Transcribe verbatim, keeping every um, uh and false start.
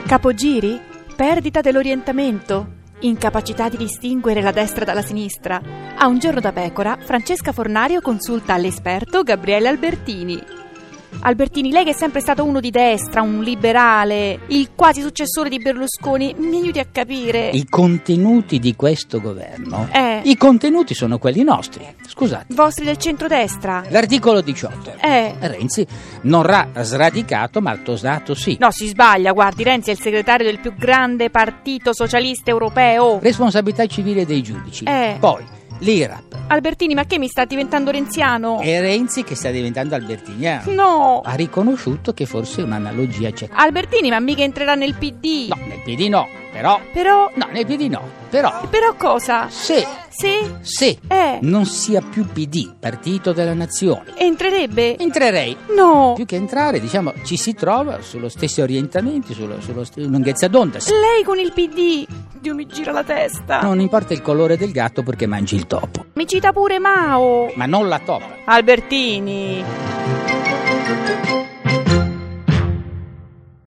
Capogiri? Perdita dell'orientamento? Incapacità di distinguere la destra dalla sinistra? A Un giorno da pecora, Francesca Fornario consulta l'esperto Gabriele Albertini. Albertini, lei che è sempre stato uno di destra, un liberale, il quasi successore di Berlusconi, mi aiuti a capire. I contenuti di questo governo, Eh. i contenuti sono quelli nostri, scusate. Vostri del centrodestra? L'articolo diciotto. Eh. Renzi non ha sradicato, ma tosato sì. No, si sbaglia, guardi, Renzi è il segretario del più grande partito socialista europeo. Responsabilità civile dei giudici. Eh. Poi l'I R A P. Albertini, ma che mi sta diventando renziano? È Renzi che sta diventando albertiniano. No! Ha riconosciuto che forse un'analogia c'è. Albertini, ma mica entrerà nel P D. No, nel P D no, però... Però... No, nel P D no, però... Però cosa? Se, Sì? se Eh. non sia più P D, Partito della Nazione, Entrerebbe? entrerei. No! Più che entrare, diciamo, ci si trova sullo stessi orientamenti, sullo, sullo st- lunghezza d'onda. Lei con il P D? Dio, mi gira la testa. Non importa il colore del gatto perché mangi il topo. Mi cita pure Mao. Ma non la topa. Albertini.